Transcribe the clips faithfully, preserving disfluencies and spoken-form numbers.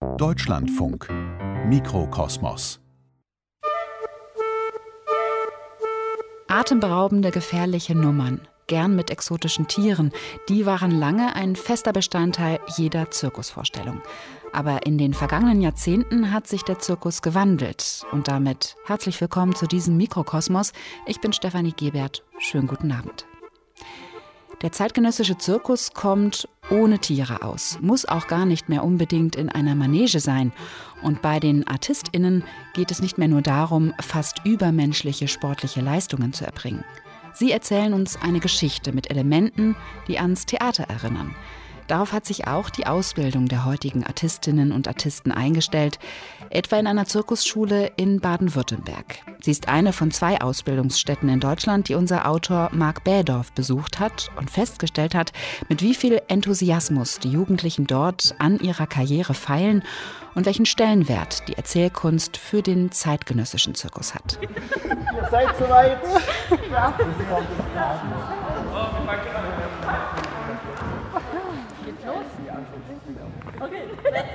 Deutschlandfunk Mikrokosmos. Atemberaubende, gefährliche Nummern, gern mit exotischen Tieren, die waren lange ein fester Bestandteil jeder Zirkusvorstellung. Aber in den vergangenen Jahrzehnten hat sich der Zirkus gewandelt. Und damit herzlich willkommen zu diesem Mikrokosmos. Ich bin Stefanie Gebert. Schönen guten Abend. Der zeitgenössische Zirkus kommt ohne Tiere aus, muss auch gar nicht mehr unbedingt in einer Manege sein. Und bei den ArtistInnen geht es nicht mehr nur darum, fast übermenschliche sportliche Leistungen zu erbringen. Sie erzählen uns eine Geschichte mit Elementen, die ans Theater erinnern. Darauf hat sich auch die Ausbildung der heutigen Artistinnen und Artisten eingestellt, etwa in einer Zirkusschule in Baden-Württemberg. Sie ist eine von zwei Ausbildungsstätten in Deutschland, die unser Autor Marc Bähdorf besucht hat und festgestellt hat, mit wie viel Enthusiasmus die Jugendlichen dort an ihrer Karriere feilen und welchen Stellenwert die Erzählkunst für den zeitgenössischen Zirkus hat. Ihr seid soweit? Ja. Okay, let's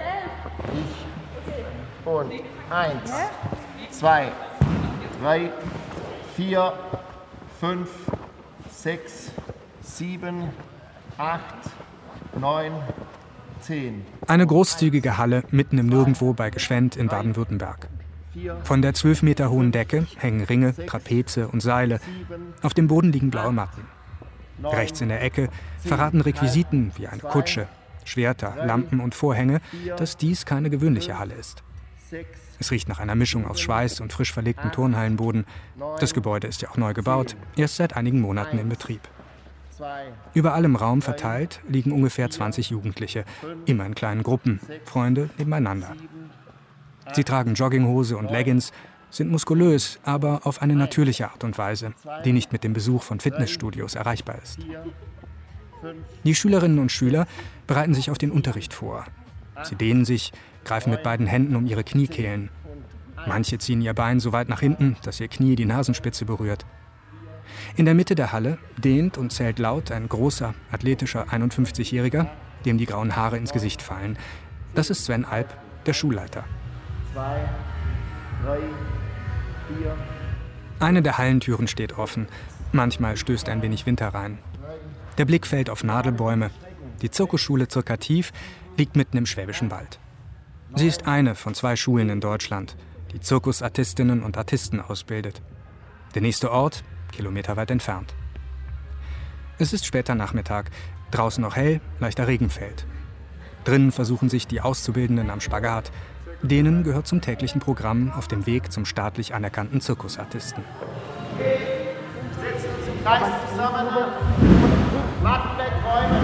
Ich und eins, zwei, drei, vier, fünf, sechs, sieben, acht, neun, zehn. Eine großzügige Halle mitten im Nirgendwo bei Gschwend in Baden-Württemberg. Von der zwölf Meter hohen Decke hängen Ringe, Trapeze und Seile. Auf dem Boden liegen blaue Matten. Rechts in der Ecke verraten Requisiten wie eine Kutsche, Schwerter, Lampen und Vorhänge, dass dies keine gewöhnliche Halle ist. Es riecht nach einer Mischung aus Schweiß und frisch verlegtem Turnhallenboden. Das Gebäude ist ja auch neu gebaut, erst seit einigen Monaten in Betrieb. Überall im Raum verteilt liegen ungefähr zwanzig Jugendliche, immer in kleinen Gruppen, Freunde nebeneinander. Sie tragen Jogginghose und Leggings, sind muskulös, aber auf eine natürliche Art und Weise, die nicht mit dem Besuch von Fitnessstudios erreichbar ist. Die Schülerinnen und Schüler bereiten sich auf den Unterricht vor. Sie dehnen sich, greifen mit beiden Händen um ihre Kniekehlen. Manche ziehen ihr Bein so weit nach hinten, dass ihr Knie die Nasenspitze berührt. In der Mitte der Halle dehnt und zählt laut ein großer, athletischer einundfünfzigjähriger, dem die grauen Haare ins Gesicht fallen. Das ist Sven Alp, der Schulleiter. Zwei, drei, vier. Eine der Hallentüren steht offen. Manchmal stößt ein wenig Wind herein. Der Blick fällt auf Nadelbäume. Die Zirkusschule Zirkativ liegt mitten im Schwäbischen Wald. Sie ist eine von zwei Schulen in Deutschland, die Zirkusartistinnen und Artisten ausbildet. Der nächste Ort, kilometerweit entfernt. Es ist später Nachmittag, draußen noch hell, leichter Regen fällt. Drinnen versuchen sich die Auszubildenden am Spagat. Denen gehört zum täglichen Programm auf dem Weg zum staatlich anerkannten Zirkusartisten. Setzen uns im Kreis zusammen. Matten wegräumen.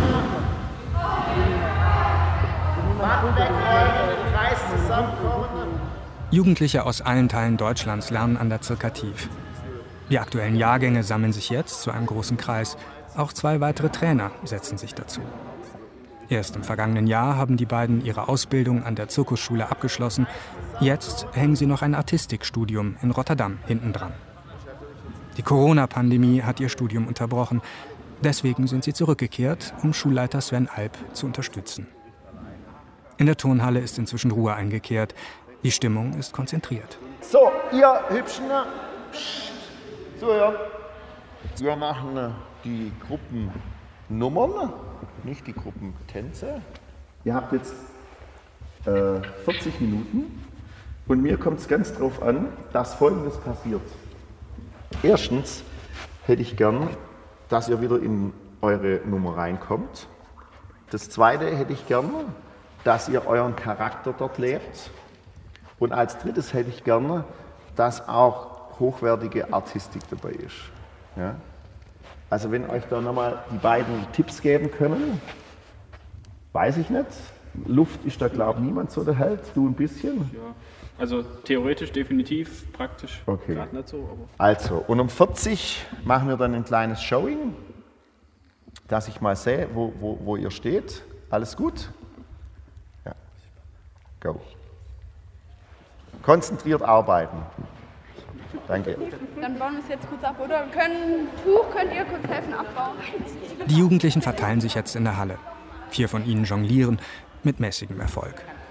Matten wegräumen, im Kreis zusammenkommen. Jugendliche aus allen Teilen Deutschlands lernen an der Zirkativ. Die aktuellen Jahrgänge sammeln sich jetzt zu einem großen Kreis. Auch zwei weitere Trainer setzen sich dazu. Erst im vergangenen Jahr haben die beiden ihre Ausbildung an der Zirkusschule abgeschlossen. Jetzt hängen sie noch ein Artistikstudium in Rotterdam hintendran. Die Corona-Pandemie hat ihr Studium unterbrochen. Deswegen sind sie zurückgekehrt, um Schulleiter Sven Alp zu unterstützen. In der Turnhalle ist inzwischen Ruhe eingekehrt. Die Stimmung ist konzentriert. So, ihr Hübschen, psst, zuhören. Wir machen die Gruppennummern, nicht die Gruppentänze. Ihr habt jetzt äh, vierzig Minuten und mir kommt es ganz drauf an, dass Folgendes passiert. Erstens hätte ich gern, dass ihr wieder in eure Nummer reinkommt. Das Zweite hätte ich gern, dass ihr euren Charakter dort lebt. Und als Drittes hätte ich gern, dass auch hochwertige Artistik dabei ist. Ja? Also wenn euch da nochmal die beiden Tipps geben können, weiß ich nicht. Luft ist da, glaube ich, niemand so der Held. Du ein bisschen? Ja, also theoretisch definitiv, praktisch okay. Gerade nicht so. Aber Also, und um vierzig machen wir dann ein kleines Showing, dass ich mal sehe, wo, wo, wo ihr steht. Alles gut? Ja. Go. Konzentriert arbeiten. Danke. Dann bauen wir es jetzt kurz ab, oder? Können, Tuch, könnt ihr kurz helfen abbauen? Die Jugendlichen verteilen sich jetzt in der Halle. Vier von ihnen jonglieren mit mäßigem Erfolg.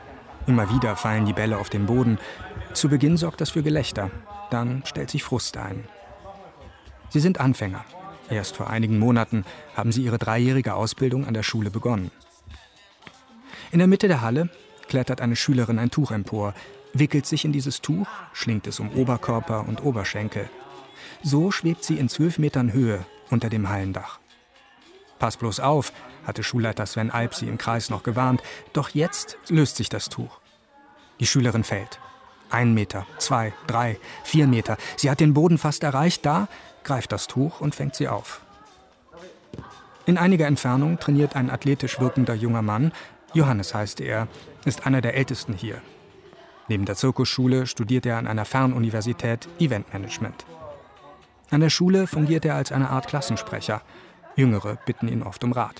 Immer wieder fallen die Bälle auf den Boden. Zu Beginn sorgt das für Gelächter, dann stellt sich Frust ein. Sie sind Anfänger. Erst vor einigen Monaten haben sie ihre dreijährige Ausbildung an der Schule begonnen. In der Mitte der Halle klettert eine Schülerin ein Tuch empor, wickelt sich in dieses Tuch, schlingt es um Oberkörper und Oberschenkel. So schwebt sie in zwölf Metern Höhe unter dem Hallendach. Pass bloß auf, hatte Schulleiter Sven Alp sie im Kreis noch gewarnt, doch jetzt löst sich das Tuch. Die Schülerin fällt. Ein Meter, zwei, drei, vier Meter. Sie hat den Boden fast erreicht, da greift das Tuch und fängt sie auf. In einiger Entfernung trainiert ein athletisch wirkender junger Mann, Johannes heißt er, ist einer der Ältesten hier. Neben der Zirkusschule studiert er an einer Fernuniversität Eventmanagement. An der Schule fungiert er als eine Art Klassensprecher. Jüngere bitten ihn oft um Rat.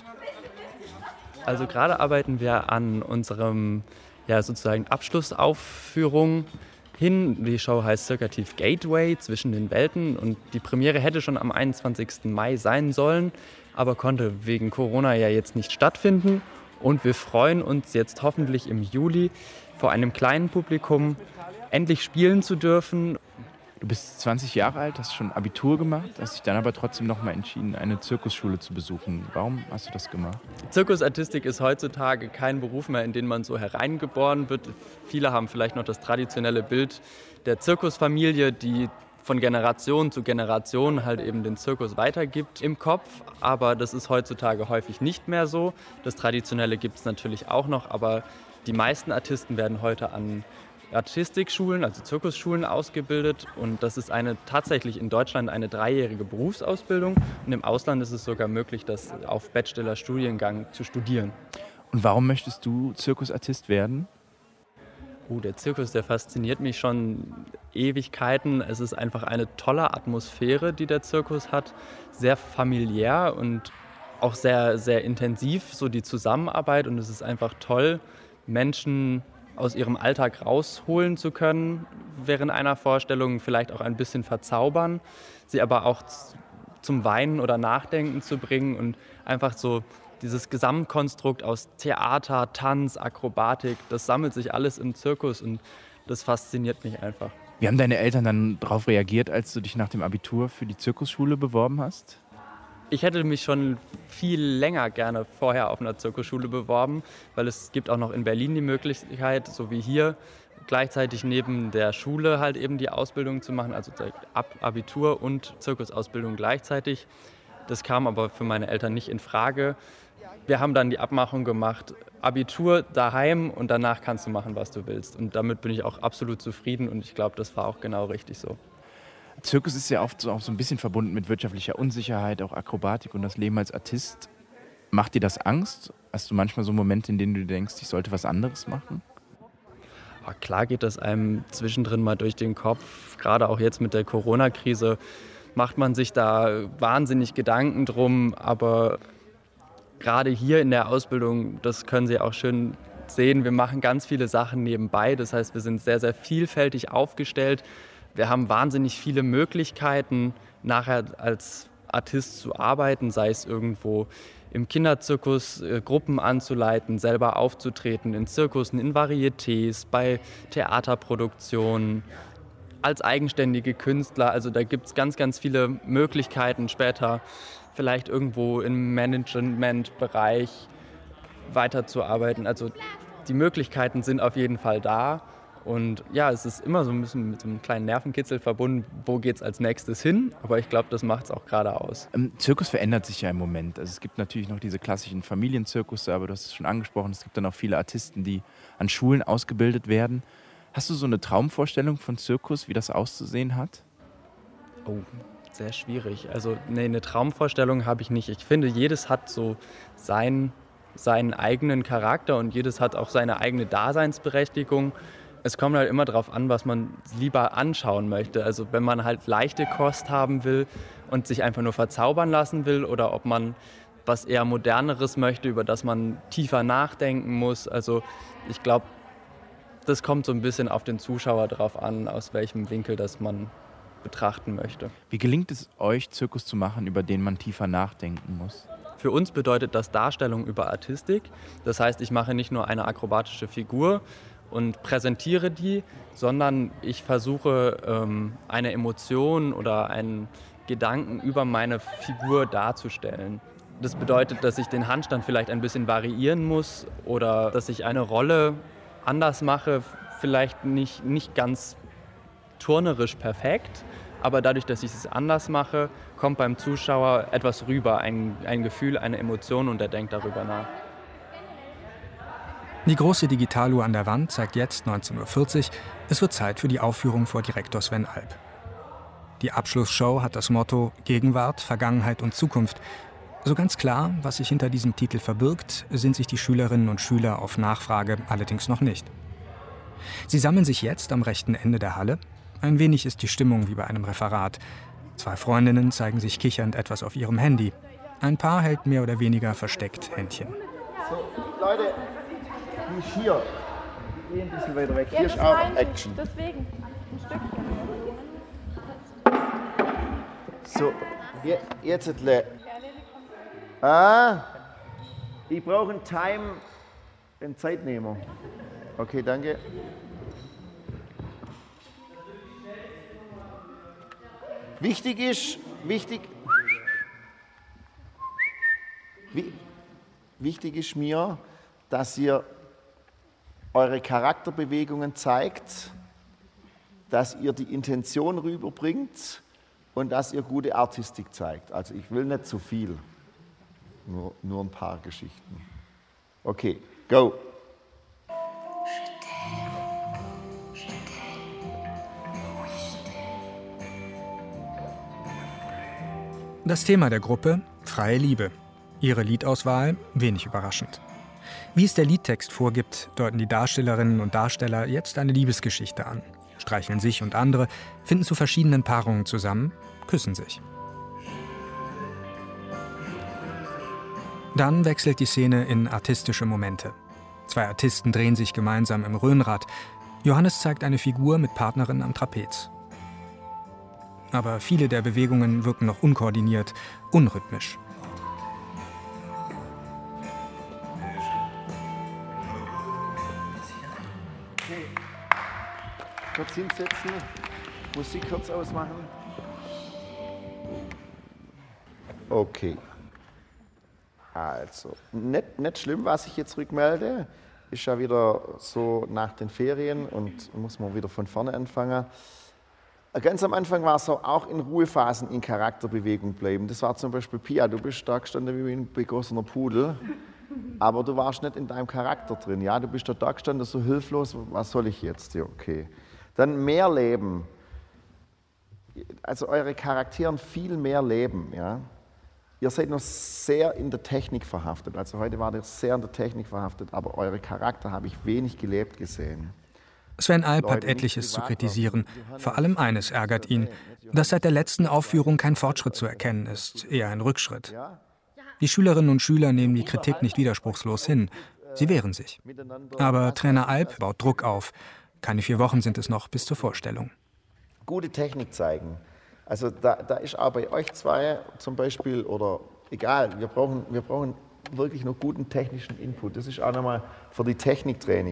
Also gerade arbeiten wir an unserem ja, sozusagen Abschlussaufführung hin. Die Show heißt Circative Gateway, zwischen den Welten. Und die Premiere hätte schon am einundzwanzigsten Mai sein sollen, aber konnte wegen Corona ja jetzt nicht stattfinden. Und wir freuen uns jetzt hoffentlich im Juli vor einem kleinen Publikum endlich spielen zu dürfen. Du bist zwanzig Jahre alt, hast schon Abitur gemacht, hast dich dann aber trotzdem noch mal entschieden, eine Zirkusschule zu besuchen. Warum hast du das gemacht? Zirkusartistik ist heutzutage kein Beruf mehr, in den man so hereingeboren wird. Viele haben vielleicht noch das traditionelle Bild der Zirkusfamilie, die von Generation zu Generation halt eben den Zirkus weitergibt im Kopf. Aber das ist heutzutage häufig nicht mehr so. Das Traditionelle gibt es natürlich auch noch, aber die meisten Artisten werden heute an Artistikschulen, also Zirkusschulen ausgebildet, und das ist eine tatsächlich in Deutschland eine dreijährige Berufsausbildung, und im Ausland ist es sogar möglich, das auf Bachelor-Studiengang zu studieren. Und warum möchtest du Zirkusartist werden? Uh, der Zirkus, der fasziniert mich schon Ewigkeiten. Es ist einfach eine tolle Atmosphäre, die der Zirkus hat, sehr familiär und auch sehr, sehr intensiv, so die Zusammenarbeit, und es ist einfach toll, Menschen aus ihrem Alltag rausholen zu können während einer Vorstellung, vielleicht auch ein bisschen verzaubern, sie aber auch zum Weinen oder Nachdenken zu bringen und einfach so dieses Gesamtkonstrukt aus Theater, Tanz, Akrobatik, das sammelt sich alles im Zirkus und das fasziniert mich einfach. Wie haben deine Eltern dann darauf reagiert, als du dich nach dem Abitur für die Zirkusschule beworben hast? Ich hätte mich schon viel länger gerne vorher auf einer Zirkusschule beworben, weil es gibt auch noch in Berlin die Möglichkeit, so wie hier, gleichzeitig neben der Schule halt eben die Ausbildung zu machen, also Abitur und Zirkusausbildung gleichzeitig. Das kam aber für meine Eltern nicht in Frage. Wir haben dann die Abmachung gemacht, Abitur daheim und danach kannst du machen, was du willst. Und damit bin ich auch absolut zufrieden und ich glaube, das war auch genau richtig so. Zirkus ist ja oft so, auch so ein bisschen verbunden mit wirtschaftlicher Unsicherheit, auch Akrobatik und das Leben als Artist. Macht dir das Angst? Hast du manchmal so Momente, in denen du denkst, ich sollte was anderes machen? Ja, klar geht das einem zwischendrin mal durch den Kopf. Gerade auch jetzt mit der Corona-Krise macht man sich da wahnsinnig Gedanken drum. Aber gerade hier in der Ausbildung, das können Sie auch schön sehen, wir machen ganz viele Sachen nebenbei. Das heißt, wir sind sehr, sehr vielfältig aufgestellt. Wir haben wahnsinnig viele Möglichkeiten, nachher als Artist zu arbeiten, sei es irgendwo im Kinderzirkus äh, Gruppen anzuleiten, selber aufzutreten, in Zirkussen, in Varietés, bei Theaterproduktionen, als eigenständige Künstler. Also da gibt es ganz, ganz viele Möglichkeiten, später vielleicht irgendwo im Managementbereich weiterzuarbeiten. Also die Möglichkeiten sind auf jeden Fall da. Und ja, es ist immer so ein bisschen mit so einem kleinen Nervenkitzel verbunden, wo geht es als nächstes hin? Aber ich glaube, das macht es auch gerade aus. Ähm, Zirkus verändert sich ja im Moment. Also es gibt natürlich noch diese klassischen Familienzirkusse, aber du hast es schon angesprochen, es gibt dann auch viele Artisten, die an Schulen ausgebildet werden. Hast du so eine Traumvorstellung von Zirkus, wie das auszusehen hat? Oh, sehr schwierig. Also nee, eine Traumvorstellung habe ich nicht. Ich finde, jedes hat so sein, seinen eigenen Charakter und jedes hat auch seine eigene Daseinsberechtigung. Es kommt halt immer darauf an, was man lieber anschauen möchte. Also wenn man halt leichte Kost haben will und sich einfach nur verzaubern lassen will oder ob man was eher Moderneres möchte, über das man tiefer nachdenken muss. Also ich glaube, das kommt so ein bisschen auf den Zuschauer drauf an, aus welchem Winkel das man betrachten möchte. Wie gelingt es euch, Zirkus zu machen, über den man tiefer nachdenken muss? Für uns bedeutet das Darstellung über Artistik. Das heißt, ich mache nicht nur eine akrobatische Figur und präsentiere die, sondern ich versuche, ähm, eine Emotion oder einen Gedanken über meine Figur darzustellen. Das bedeutet, dass ich den Handstand vielleicht ein bisschen variieren muss oder dass ich eine Rolle anders mache, vielleicht nicht, nicht ganz turnerisch perfekt, aber dadurch, dass ich es anders mache, kommt beim Zuschauer etwas rüber, ein, ein Gefühl, eine Emotion und er denkt darüber nach. Die große Digitaluhr an der Wand zeigt jetzt neunzehn Uhr vierzig, es wird Zeit für die Aufführung vor Direktor Sven Alp. Die Abschlussshow hat das Motto Gegenwart, Vergangenheit und Zukunft. So ganz klar, was sich hinter diesem Titel verbirgt, sind sich die Schülerinnen und Schüler auf Nachfrage allerdings noch nicht. Sie sammeln sich jetzt am rechten Ende der Halle. Ein wenig ist die Stimmung wie bei einem Referat. Zwei Freundinnen zeigen sich kichernd etwas auf ihrem Handy. Ein Paar hält mehr oder weniger versteckt Händchen. So, Leute, nicht hier. Geh ein bisschen weiter weg. Ja, hier ist auch rein, Action. Deswegen, ein Stückchen. So, je, jetzt le. Ah, ich brauche einen Time, einen Zeitnehmer. Okay, danke. Wichtig ist, wichtig, wichtig ist mir, dass ihr eure Charakterbewegungen zeigt, dass ihr die Intention rüberbringt und dass ihr gute Artistik zeigt. Also ich will nicht zu viel, nur, nur ein paar Geschichten. Okay, go. Das Thema der Gruppe: freie Liebe. Ihre Liedauswahl wenig überraschend. Wie es der Liedtext vorgibt, deuten die Darstellerinnen und Darsteller jetzt eine Liebesgeschichte an, streicheln sich und andere, finden zu verschiedenen Paarungen zusammen, küssen sich. Dann wechselt die Szene in artistische Momente. Zwei Artisten drehen sich gemeinsam im Röhnrad. Johannes zeigt eine Figur mit Partnerin am Trapez. Aber viele der Bewegungen wirken noch unkoordiniert, unrhythmisch. Okay. Kurz hinsetzen, Musik kurz ausmachen. Okay. Also, nicht, nicht schlimm, was ich jetzt rückmelde. Ist ja wieder so nach den Ferien und muss man wieder von vorne anfangen. Ganz am Anfang war es so, auch in Ruhephasen in Charakterbewegung bleiben. Das war zum Beispiel Pia, du bist da gestanden wie ein begossener Pudel, aber du warst nicht in deinem Charakter drin. Ja? Du bist da gestanden, so hilflos, was soll ich jetzt? Ja, okay. Dann mehr Leben. Also eure Charakteren viel mehr leben. Ja? Ihr seid noch sehr in der Technik verhaftet. Also heute war ihr sehr in der Technik verhaftet, aber eure Charakter habe ich wenig gelebt gesehen. Sven Alp hat etliches zu kritisieren. Vor allem eines ärgert ihn, dass seit der letzten Aufführung kein Fortschritt zu erkennen ist, eher ein Rückschritt. Die Schülerinnen und Schüler nehmen die Kritik nicht widerspruchslos hin. Sie wehren sich. Aber Trainer Alp baut Druck auf. Keine vier Wochen sind es noch bis zur Vorstellung. Gute Technik zeigen. Also da, da ist auch bei euch zwei zum Beispiel, oder egal, wir brauchen, wir brauchen wirklich noch guten technischen Input. Das ist auch nochmal für die Techniktrainer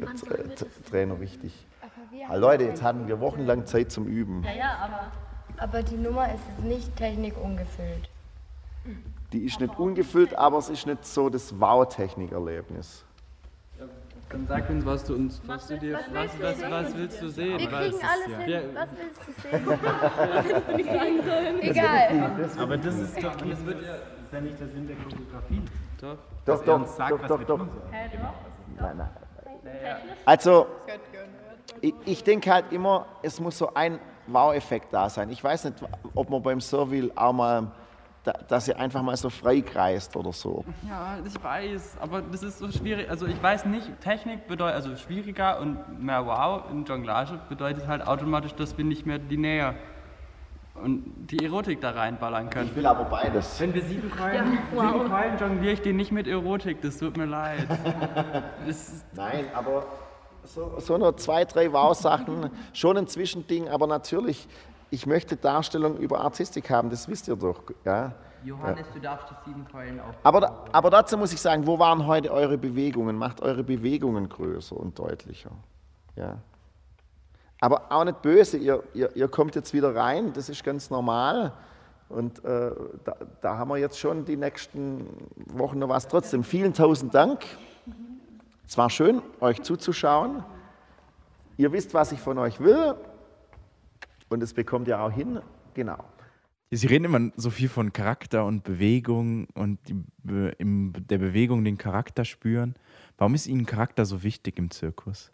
äh, wichtig. Ah, Leute, jetzt hatten wir wochenlang Zeit zum Üben. Ja, ja, aber, aber die Nummer ist jetzt nicht Technik ungefüllt. Die ist nicht ungefüllt, aber es ist nicht so das Wow-Technikerlebnis. Ja, dann sag uns, was du uns, was du dir, was, was, was, was willst du sehen? Wir kriegen alles ja. hin. Was willst du sehen? Das hättest du nicht sagen sollen. Egal. Das aber das ist doch, das wird ja, das ist ja nicht der Sinn der Choreografie. Doch, doch, doch, sagt, doch, doch, doch. Nein, nein. Also, ich, ich denke halt immer, es muss so ein Wow-Effekt da sein. Ich weiß nicht, ob man beim Servile auch mal, dass ihr einfach mal so frei kreist oder so. Ja, ich weiß, aber das ist so schwierig. Also ich weiß nicht, Technik bedeutet, also schwieriger und mehr Wow in Jonglage bedeutet halt automatisch, dass wir nicht mehr linear und die Erotik da reinballern können. Ich will aber beides. Wenn wir sieben Keulen, ja, wow. sieben Keulen jongliere ich den nicht mit Erotik, das tut mir leid. Das Nein, aber so, so nur zwei, drei Wow-Sachen, schon ein Zwischending, aber natürlich, ich möchte Darstellung über Artistik haben, das wisst ihr doch. Ja? Johannes, ja. Du darfst die sieben Keulen auch. Aber, aber dazu muss ich sagen, wo waren heute eure Bewegungen? Macht eure Bewegungen größer und deutlicher. Ja. Aber auch nicht böse, ihr, ihr, ihr kommt jetzt wieder rein, das ist ganz normal. Und äh, da, da haben wir jetzt schon die nächsten Wochen noch was. Trotzdem vielen tausend Dank. Es war schön, euch zuzuschauen. Ihr wisst, was ich von euch will. Und das bekommt ihr auch hin. Genau. Sie reden immer so viel von Charakter und Bewegung und die, in der Bewegung den Charakter spüren. Warum ist Ihnen Charakter so wichtig im Zirkus?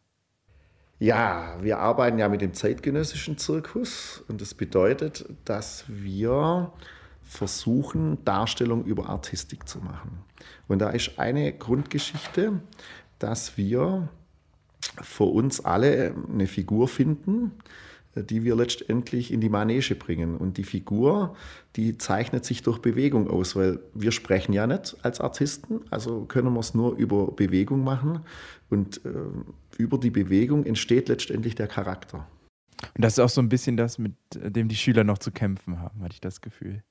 Ja, wir arbeiten ja mit dem zeitgenössischen Zirkus und das bedeutet, dass wir versuchen, Darstellung über Artistik zu machen. Und da ist eine Grundgeschichte, dass wir für uns alle eine Figur finden, die wir letztendlich in die Manege bringen. Und die Figur, die zeichnet sich durch Bewegung aus, weil wir sprechen ja nicht als Artisten, also können wir es nur über Bewegung machen. Und äh, über die Bewegung entsteht letztendlich der Charakter. Und das ist auch so ein bisschen das, mit dem die Schüler noch zu kämpfen haben, hatte ich das Gefühl.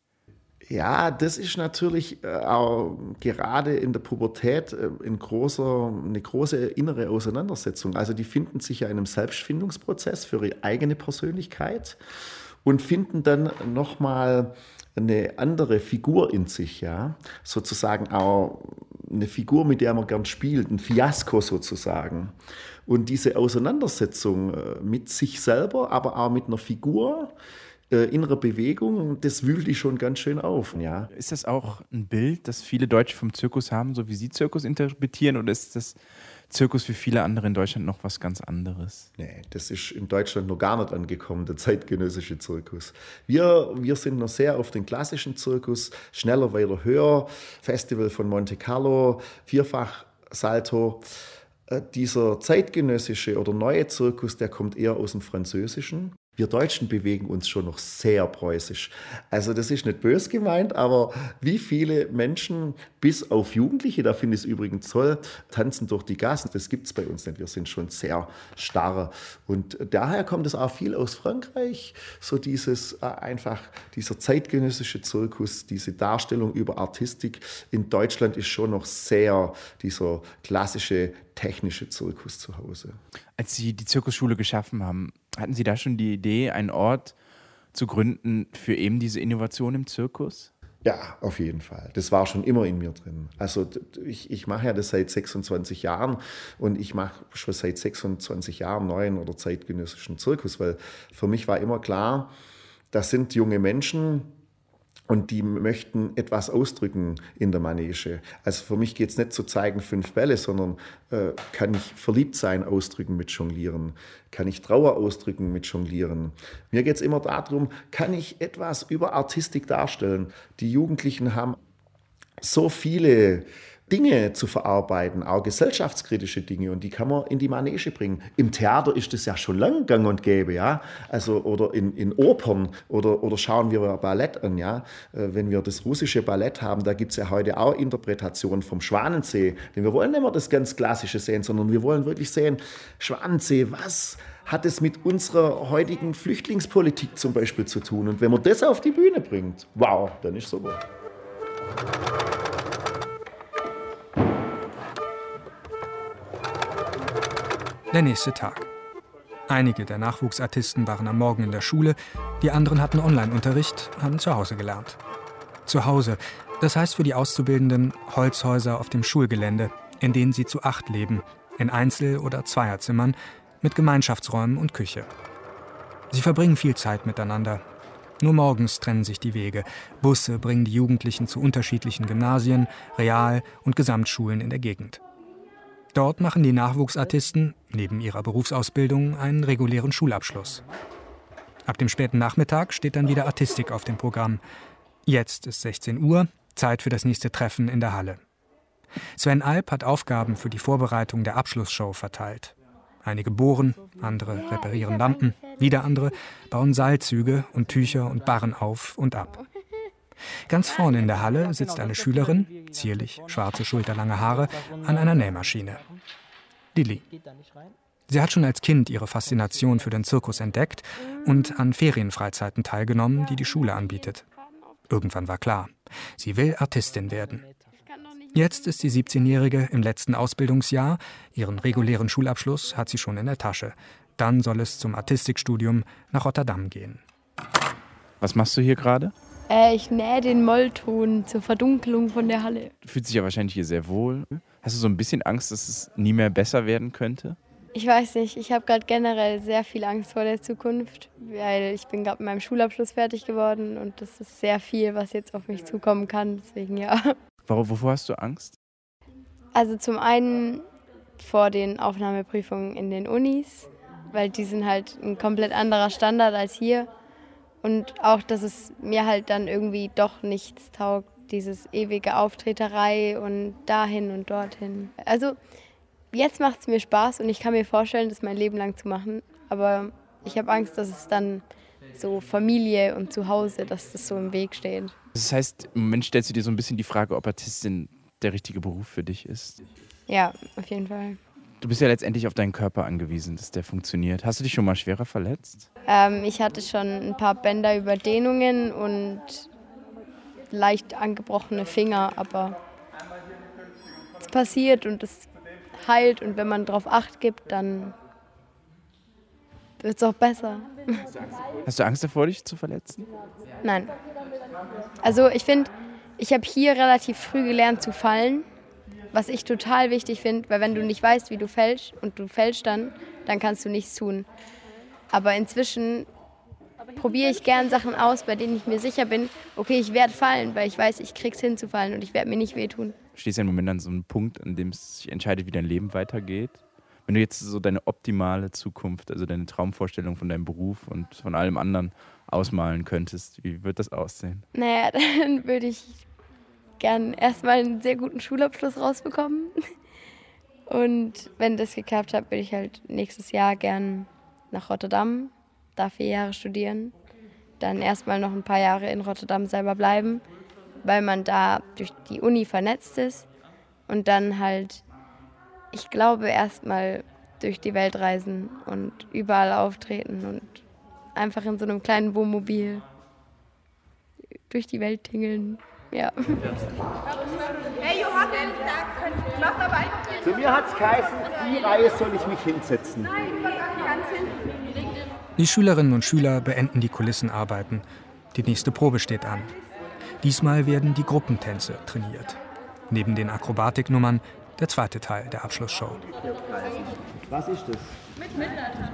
Ja, das ist natürlich äh, auch gerade in der Pubertät äh, ein großer, eine große innere Auseinandersetzung. Also die finden sich ja in einem Selbstfindungsprozess für ihre eigene Persönlichkeit und finden dann nochmal eine andere Figur in sich, ja, sozusagen auch eine Figur, mit der man gern spielt, ein Fiasko sozusagen. Und diese Auseinandersetzung äh, mit sich selber, aber auch mit einer Figur, innerer Bewegung, das wühlt die schon ganz schön auf. Ja. Ist das auch ein Bild, das viele Deutsche vom Zirkus haben, so wie Sie Zirkus interpretieren, oder ist das Zirkus für viele andere in Deutschland noch was ganz anderes? Nee, das ist in Deutschland noch gar nicht angekommen, der zeitgenössische Zirkus. Wir, wir sind noch sehr auf den klassischen Zirkus, schneller, weiter, höher, Festival von Monte Carlo, Vierfach Salto. Dieser zeitgenössische oder neue Zirkus, der kommt eher aus dem Französischen. Wir Deutschen bewegen uns schon noch sehr preußisch. Also das ist nicht bös gemeint, aber wie viele Menschen, bis auf Jugendliche, da finde ich es übrigens toll, tanzen durch die Gassen. Das gibt es bei uns nicht. Wir sind schon sehr starr. Und daher kommt es auch viel aus Frankreich. So dieses äh, einfach, dieser zeitgenössische Zirkus, diese Darstellung über Artistik. In Deutschland ist schon noch sehr dieser klassische technische Zirkus zu Hause. Als Sie die Zirkusschule geschaffen haben, hatten Sie da schon die Idee, einen Ort zu gründen für eben diese Innovation im Zirkus? Ja, auf jeden Fall. Das war schon immer in mir drin. Also ich, ich mache ja das seit sechsundzwanzig Jahren und ich mache schon seit sechsundzwanzig Jahren neuen oder zeitgenössischen Zirkus, weil für mich war immer klar, das sind junge Menschen, und die möchten etwas ausdrücken in der Manege. Also für mich geht es nicht zu zeigen fünf Bälle, sondern äh, kann ich verliebt sein ausdrücken mit Jonglieren? Kann ich Trauer ausdrücken mit Jonglieren? Mir geht es immer darum, kann ich etwas über Artistik darstellen? Die Jugendlichen haben so viele Dinge zu verarbeiten, auch gesellschaftskritische Dinge, und die kann man in die Manege bringen. Im Theater ist das ja schon lang gang und gäbe, ja, also oder in, in Opern oder, oder schauen wir Ballett an, ja, wenn wir das russische Ballett haben, da gibt es ja heute auch Interpretationen vom Schwanensee, denn wir wollen nicht mehr das ganz Klassische sehen, sondern wir wollen wirklich sehen, Schwanensee, was hat es mit unserer heutigen Flüchtlingspolitik zum Beispiel zu tun? Und wenn man das auf die Bühne bringt, wow, dann ist super. Der nächste Tag. Einige der Nachwuchsartisten waren am Morgen in der Schule, die anderen hatten Online-Unterricht, haben zu Hause gelernt. Zu Hause, das heißt für die Auszubildenden Holzhäuser auf dem Schulgelände, in denen sie zu acht leben, in Einzel- oder Zweierzimmern, mit Gemeinschaftsräumen und Küche. Sie verbringen viel Zeit miteinander. Nur morgens trennen sich die Wege. Busse bringen die Jugendlichen zu unterschiedlichen Gymnasien, Real- und Gesamtschulen in der Gegend. Dort machen die Nachwuchsartisten neben ihrer Berufsausbildung einen regulären Schulabschluss. Ab dem späten Nachmittag steht dann wieder Artistik auf dem Programm. Jetzt ist sechzehn Uhr, Zeit für das nächste Treffen in der Halle. Sven Alp hat Aufgaben für die Vorbereitung der Abschlussshow verteilt. Einige bohren, andere reparieren Lampen, wieder andere bauen Seilzüge und Tücher und Barren auf und ab. Ganz vorne in der Halle sitzt eine Schülerin, zierlich, schwarze, schulterlange Haare, an einer Nähmaschine. Lilly. Sie hat schon als Kind ihre Faszination für den Zirkus entdeckt und an Ferienfreizeiten teilgenommen, die die Schule anbietet. Irgendwann war klar, sie will Artistin werden. Jetzt ist die siebzehnjährige im letzten Ausbildungsjahr. Ihren regulären Schulabschluss hat sie schon in der Tasche. Dann soll es zum Artistikstudium nach Rotterdam gehen. Was machst du hier gerade? Äh, ich nähe den Mollton zur Verdunkelung von der Halle. Du fühlst dich ja wahrscheinlich hier sehr wohl. Hast du so ein bisschen Angst, dass es nie mehr besser werden könnte? Ich weiß nicht, ich habe gerade generell sehr viel Angst vor der Zukunft, weil ich bin gerade mit meinem Schulabschluss fertig geworden und das ist sehr viel, was jetzt auf mich zukommen kann, deswegen ja. Wovor hast du Angst? Also zum einen vor den Aufnahmeprüfungen in den Unis, weil die sind halt ein komplett anderer Standard als hier und auch, dass es mir halt dann irgendwie doch nichts taugt, dieses ewige Auftreterei und dahin und dorthin. Also jetzt macht es mir Spaß und ich kann mir vorstellen, das mein Leben lang zu machen. Aber ich habe Angst, dass es dann so Familie und Zuhause, dass das so im Weg steht. Das heißt, im Moment stellst du dir so ein bisschen die Frage, ob Artistin der richtige Beruf für dich ist? Ja, auf jeden Fall. Du bist ja letztendlich auf deinen Körper angewiesen, dass der funktioniert. Hast du dich schon mal schwerer verletzt? Ähm, ich hatte schon ein paar Bänderüberdehnungen und leicht angebrochene Finger, aber es passiert und es heilt und wenn man darauf Acht gibt, dann wird es auch besser. Hast du Angst davor, dich zu verletzen? Nein. Also ich finde, ich habe hier relativ früh gelernt zu fallen, was ich total wichtig finde, weil wenn du nicht weißt, wie du fällst und du fällst dann, dann kannst du nichts tun. Aber inzwischen probiere ich gern Sachen aus, bei denen ich mir sicher bin, okay, ich werde fallen, weil ich weiß, ich krieg's hinzufallen und ich werde mir nicht wehtun. Du stehst ja im Moment an so einem Punkt, an dem es sich entscheidet, wie dein Leben weitergeht. Wenn du jetzt so deine optimale Zukunft, also deine Traumvorstellung von deinem Beruf und von allem anderen ausmalen könntest, wie wird das aussehen? Naja, dann würde ich gern erstmal einen sehr guten Schulabschluss rausbekommen. Und wenn das geklappt hat, würde ich halt nächstes Jahr gern nach Rotterdam, da vier Jahre studieren. Dann erstmal noch ein paar Jahre in Rotterdam selber bleiben, weil man da durch die Uni vernetzt ist. Und dann halt, ich glaube, erstmal durch die Welt reisen und überall auftreten und einfach in so einem kleinen Wohnmobil durch die Welt tingeln. Ja. Hey Johannes, mach aber einfach den. Zu mir hat es geheißen, die Reihe soll ich mich hinsetzen. Nein, ganz hinten. Die Schülerinnen und Schüler beenden die Kulissenarbeiten. Die nächste Probe steht an. Diesmal werden die Gruppentänze trainiert. Neben den Akrobatiknummern der zweite Teil der Abschlussshow. Was ist das? Mit Mittelalter.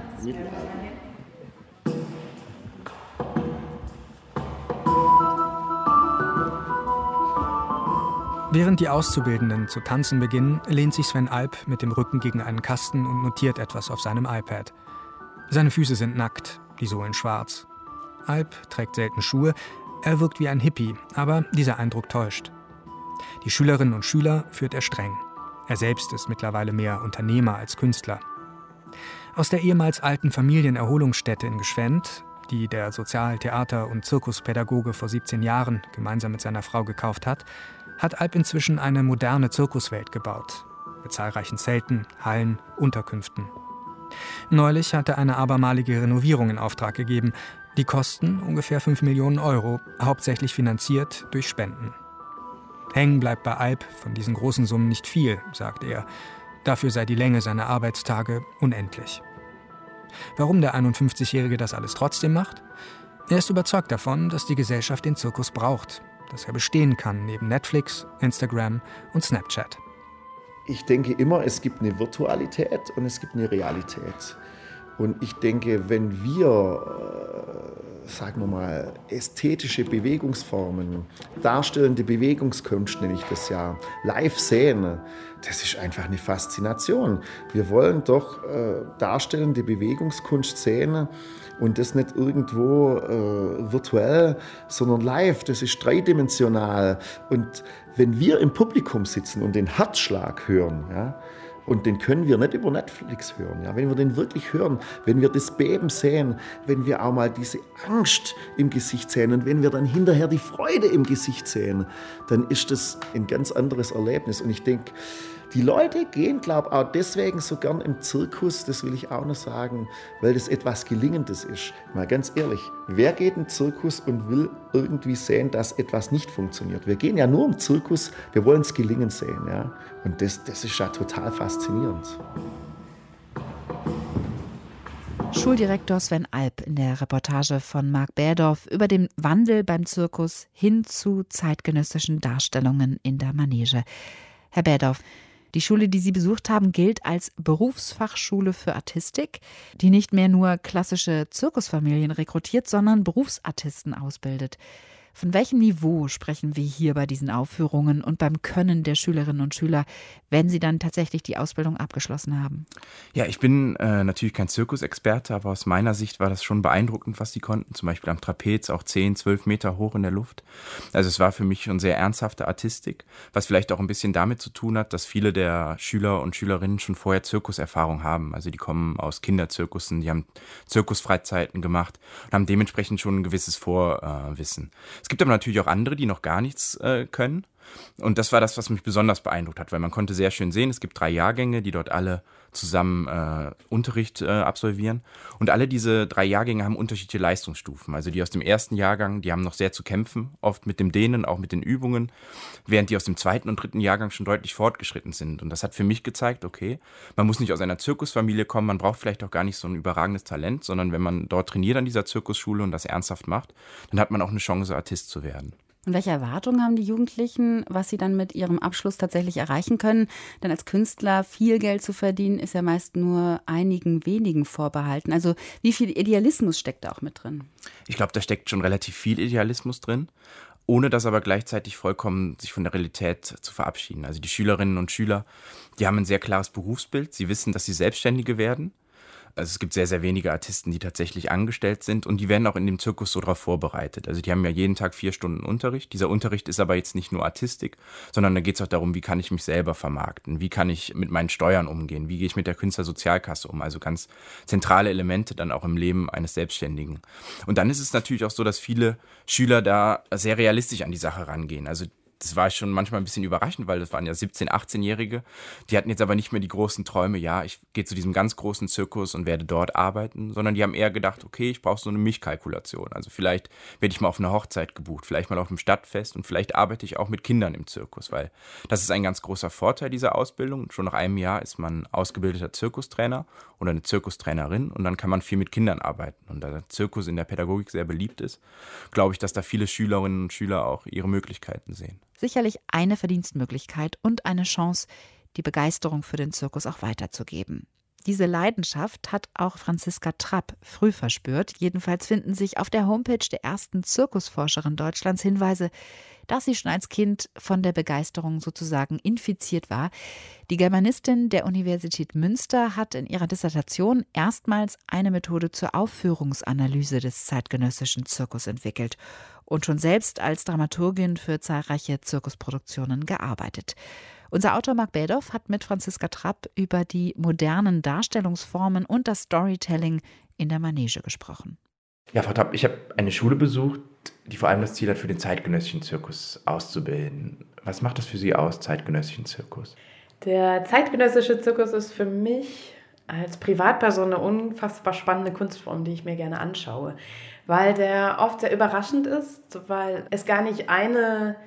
Während die Auszubildenden zu tanzen beginnen, lehnt sich Sven Alp mit dem Rücken gegen einen Kasten und notiert etwas auf seinem iPad. Seine Füße sind nackt, die Sohlen schwarz. Alp trägt selten Schuhe, er wirkt wie ein Hippie, aber dieser Eindruck täuscht. Die Schülerinnen und Schüler führt er streng. Er selbst ist mittlerweile mehr Unternehmer als Künstler. Aus der ehemals alten Familienerholungsstätte in Geschwend, die der Sozial-, Theater- und Zirkuspädagoge vor siebzehn Jahren gemeinsam mit seiner Frau gekauft hat, hat Alp inzwischen eine moderne Zirkuswelt gebaut. Mit zahlreichen Zelten, Hallen, Unterkünften. Neulich hat er eine abermalige Renovierung in Auftrag gegeben. Die Kosten ungefähr fünf Millionen Euro, hauptsächlich finanziert durch Spenden. Hängen bleibt bei Alp von diesen großen Summen nicht viel, sagt er. Dafür sei die Länge seiner Arbeitstage unendlich. Warum der einundfünfzigjährige das alles trotzdem macht? Er ist überzeugt davon, dass die Gesellschaft den Zirkus braucht, dass er bestehen kann neben Netflix, Instagram und Snapchat. Ich denke immer, es gibt eine Virtualität und es gibt eine Realität. Und ich denke, wenn wir, äh, sagen wir mal, ästhetische Bewegungsformen, darstellende Bewegungskunst nenne ich das ja, live sehen, das ist einfach eine Faszination. Wir wollen doch äh, darstellende Bewegungskunst sehen und das nicht irgendwo äh, virtuell, sondern live, das ist dreidimensional. Und wenn wir im Publikum sitzen und den Herzschlag hören, ja, und den können wir nicht über Netflix hören. Ja? Wenn wir den wirklich hören, wenn wir das Beben sehen, wenn wir auch mal diese Angst im Gesicht sehen und wenn wir dann hinterher die Freude im Gesicht sehen, dann ist das ein ganz anderes Erlebnis. Und ich denke, Die Leute gehen, glaube ich, auch deswegen so gern im Zirkus, das will ich auch noch sagen, weil das etwas Gelingendes ist. Mal ganz ehrlich, wer geht in den Zirkus und will irgendwie sehen, dass etwas nicht funktioniert? Wir gehen ja nur im Zirkus, wir wollen es gelingen sehen. Ja? Und das, das ist ja total faszinierend. Schuldirektor Sven Alp in der Reportage von Marc Bärdorf über den Wandel beim Zirkus hin zu zeitgenössischen Darstellungen in der Manege. Herr Bärdorf, die Schule, die Sie besucht haben, gilt als Berufsfachschule für Artistik, die nicht mehr nur klassische Zirkusfamilien rekrutiert, sondern Berufsartisten ausbildet. Von welchem Niveau sprechen wir hier bei diesen Aufführungen und beim Können der Schülerinnen und Schüler, wenn sie dann tatsächlich die Ausbildung abgeschlossen haben? Ja, ich bin äh, natürlich kein Zirkusexperte, aber aus meiner Sicht war das schon beeindruckend, was sie konnten. Zum Beispiel am Trapez auch zehn, zwölf Meter hoch in der Luft. Also es war für mich schon sehr ernsthafte Artistik, was vielleicht auch ein bisschen damit zu tun hat, dass viele der Schüler und Schülerinnen schon vorher Zirkuserfahrung haben. Also die kommen aus Kinderzirkussen, die haben Zirkusfreizeiten gemacht und haben dementsprechend schon ein gewisses Vorwissen. Es gibt aber natürlich auch andere, die noch gar nichts äh, können. Und das war das, was mich besonders beeindruckt hat, weil man konnte sehr schön sehen, es gibt drei Jahrgänge, die dort alle zusammen äh, Unterricht äh, absolvieren. Und alle diese drei Jahrgänge haben unterschiedliche Leistungsstufen. Also die aus dem ersten Jahrgang, die haben noch sehr zu kämpfen, oft mit dem Dehnen, auch mit den Übungen, während die aus dem zweiten und dritten Jahrgang schon deutlich fortgeschritten sind. Und das hat für mich gezeigt, okay, man muss nicht aus einer Zirkusfamilie kommen, man braucht vielleicht auch gar nicht so ein überragendes Talent, sondern wenn man dort trainiert an dieser Zirkusschule und das ernsthaft macht, dann hat man auch eine Chance, Artist zu werden. Und welche Erwartungen haben die Jugendlichen, was sie dann mit ihrem Abschluss tatsächlich erreichen können? Denn als Künstler viel Geld zu verdienen, ist ja meist nur einigen wenigen vorbehalten. Also wie viel Idealismus steckt da auch mit drin? Ich glaube, da steckt schon relativ viel Idealismus drin, ohne das aber gleichzeitig vollkommen sich von der Realität zu verabschieden. Also die Schülerinnen und Schüler, die haben ein sehr klares Berufsbild. Sie wissen, dass sie Selbstständige werden. Also es gibt sehr, sehr wenige Artisten, die tatsächlich angestellt sind und die werden auch in dem Zirkus so darauf vorbereitet. Also die haben ja jeden Tag vier Stunden Unterricht. Dieser Unterricht ist aber jetzt nicht nur Artistik, sondern da geht es auch darum, wie kann ich mich selber vermarkten, wie kann ich mit meinen Steuern umgehen, wie gehe ich mit der Künstlersozialkasse um. Also ganz zentrale Elemente dann auch im Leben eines Selbstständigen. Und dann ist es natürlich auch so, dass viele Schüler da sehr realistisch an die Sache rangehen. Also das war schon manchmal ein bisschen überraschend, weil das waren ja siebzehn-, achtzehnjährige. Die hatten jetzt aber nicht mehr die großen Träume, ja, ich gehe zu diesem ganz großen Zirkus und werde dort arbeiten, sondern die haben eher gedacht, okay, ich brauche so eine Mischkalkulation. Also vielleicht werde ich mal auf eine Hochzeit gebucht, vielleicht mal auf einem Stadtfest und vielleicht arbeite ich auch mit Kindern im Zirkus, weil das ist ein ganz großer Vorteil dieser Ausbildung. Schon nach einem Jahr ist man ausgebildeter Zirkustrainer oder eine Zirkustrainerin und dann kann man viel mit Kindern arbeiten. Und da der Zirkus in der Pädagogik sehr beliebt ist, glaube ich, dass da viele Schülerinnen und Schüler auch ihre Möglichkeiten sehen. Sicherlich eine Verdienstmöglichkeit und eine Chance, die Begeisterung für den Zirkus auch weiterzugeben. Diese Leidenschaft hat auch Franziska Trapp früh verspürt. Jedenfalls finden sich auf der Homepage der ersten Zirkusforscherin Deutschlands Hinweise, dass sie schon als Kind von der Begeisterung sozusagen infiziert war. Die Germanistin der Universität Münster hat in ihrer Dissertation erstmals eine Methode zur Aufführungsanalyse des zeitgenössischen Zirkus entwickelt und schon selbst als Dramaturgin für zahlreiche Zirkusproduktionen gearbeitet. Unser Autor Marc Bärdorf hat mit Franziska Trapp über die modernen Darstellungsformen und das Storytelling in der Manege gesprochen. Ja, Frau Trapp, ich habe eine Schule besucht, die vor allem das Ziel hat, für den zeitgenössischen Zirkus auszubilden. Was macht das für Sie aus, zeitgenössischen Zirkus? Der zeitgenössische Zirkus ist für mich als Privatperson eine unfassbar spannende Kunstform, die ich mir gerne anschaue, weil der oft sehr überraschend ist, weil es gar nicht eine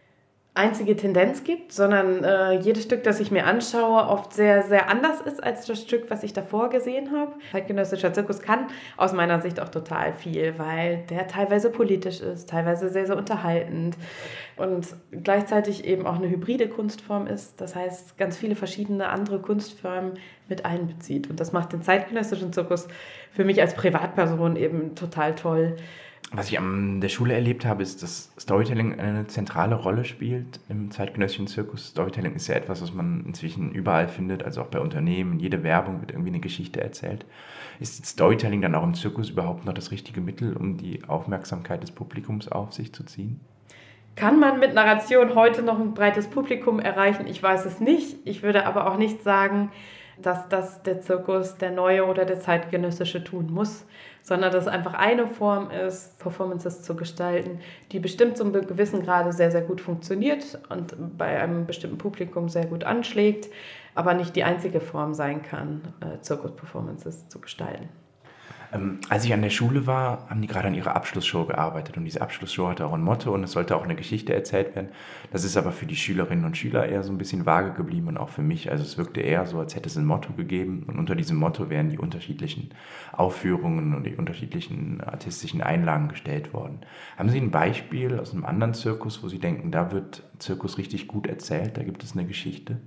einzige Tendenz gibt, sondern äh, jedes Stück, das ich mir anschaue, oft sehr, sehr anders ist als das Stück, was ich davor gesehen habe. Zeitgenössischer Zirkus kann aus meiner Sicht auch total viel, weil der teilweise politisch ist, teilweise sehr, sehr unterhaltend und gleichzeitig eben auch eine hybride Kunstform ist. Das heißt, ganz viele verschiedene andere Kunstformen mit einbezieht. Und das macht den zeitgenössischen Zirkus für mich als Privatperson eben total toll. Was ich an der Schule erlebt habe, ist, dass Storytelling eine zentrale Rolle spielt im zeitgenössischen Zirkus. Storytelling ist ja etwas, was man inzwischen überall findet, also auch bei Unternehmen. In jeder Werbung wird irgendwie eine Geschichte erzählt. Ist Storytelling dann auch im Zirkus überhaupt noch das richtige Mittel, um die Aufmerksamkeit des Publikums auf sich zu ziehen? Kann man mit Narration heute noch ein breites Publikum erreichen? Ich weiß es nicht. Ich würde aber auch nicht sagen, dass das der Zirkus, der neue oder der zeitgenössische tun muss, sondern dass es einfach eine Form ist, Performances zu gestalten, die bestimmt zu einem gewissen Grade sehr, sehr gut funktioniert und bei einem bestimmten Publikum sehr gut anschlägt, aber nicht die einzige Form sein kann, Zirkus-Performances zu gestalten. Ähm, als ich an der Schule war, haben die gerade an ihrer Abschlussshow gearbeitet und diese Abschlussshow hatte auch ein Motto und es sollte auch eine Geschichte erzählt werden. Das ist aber für die Schülerinnen und Schüler eher so ein bisschen vage geblieben und auch für mich. Also es wirkte eher so, als hätte es ein Motto gegeben und unter diesem Motto wären die unterschiedlichen Aufführungen und die unterschiedlichen artistischen Einlagen gestellt worden. Haben Sie ein Beispiel aus einem anderen Zirkus, wo Sie denken, da wird Zirkus richtig gut erzählt, da gibt es eine Geschichte?